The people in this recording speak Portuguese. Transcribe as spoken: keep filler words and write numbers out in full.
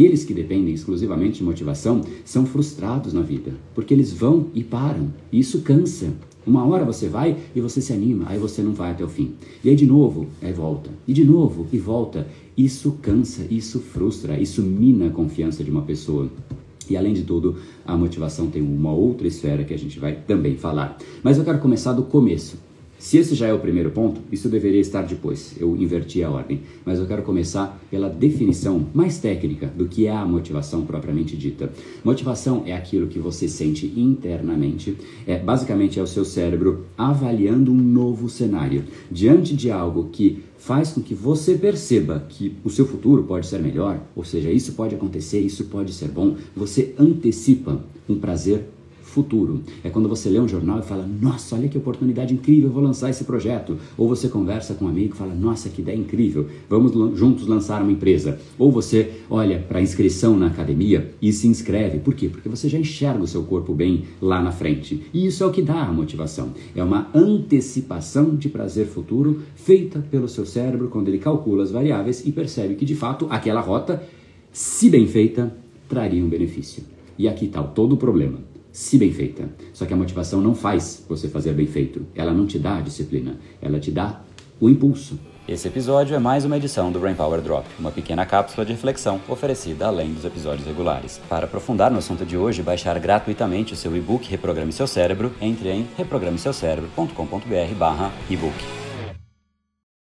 Aqueles que dependem exclusivamente de motivação são frustrados na vida, porque eles vão e param, e isso cansa. Uma hora você vai e você se anima, aí você não vai até o fim. E aí de novo, aí volta. E de novo, e volta. Isso cansa, isso frustra, isso mina a confiança de uma pessoa. E além de tudo, a motivação tem uma outra esfera que a gente vai também falar. Mas eu quero começar do começo. Se esse já é o primeiro ponto, isso deveria estar depois, eu inverti a ordem. Mas eu quero começar pela definição mais técnica do que é a motivação propriamente dita. Motivação é aquilo que você sente internamente, é, basicamente é o seu cérebro avaliando um novo cenário. Diante de algo que faz com que você perceba que o seu futuro pode ser melhor, ou seja, isso pode acontecer, isso pode ser bom, você antecipa um prazer futuro. É quando você lê um jornal e fala, nossa, olha que oportunidade incrível, eu vou lançar esse projeto. Ou você conversa com um amigo e fala, nossa, que ideia incrível, vamos juntos lançar uma empresa. Ou você olha para a inscrição na academia e se inscreve. Por quê? Porque você já enxerga o seu corpo bem lá na frente. E isso é o que dá a motivação. É uma antecipação de prazer futuro feita pelo seu cérebro quando ele calcula as variáveis e percebe que, de fato, aquela rota, se bem feita, traria um benefício. E aqui está todo o problema. Se bem feita. Só que a motivação não faz você fazer bem feito. Ela não te dá a disciplina. Ela te dá o impulso. Esse episódio é mais uma edição do Brain Power Drop, uma pequena cápsula de reflexão oferecida além dos episódios regulares. Para aprofundar no assunto de hoje e baixar gratuitamente o seu e-book Reprograme Seu Cérebro, entre em reprograme seu cérebro ponto com ponto b r barra e-book.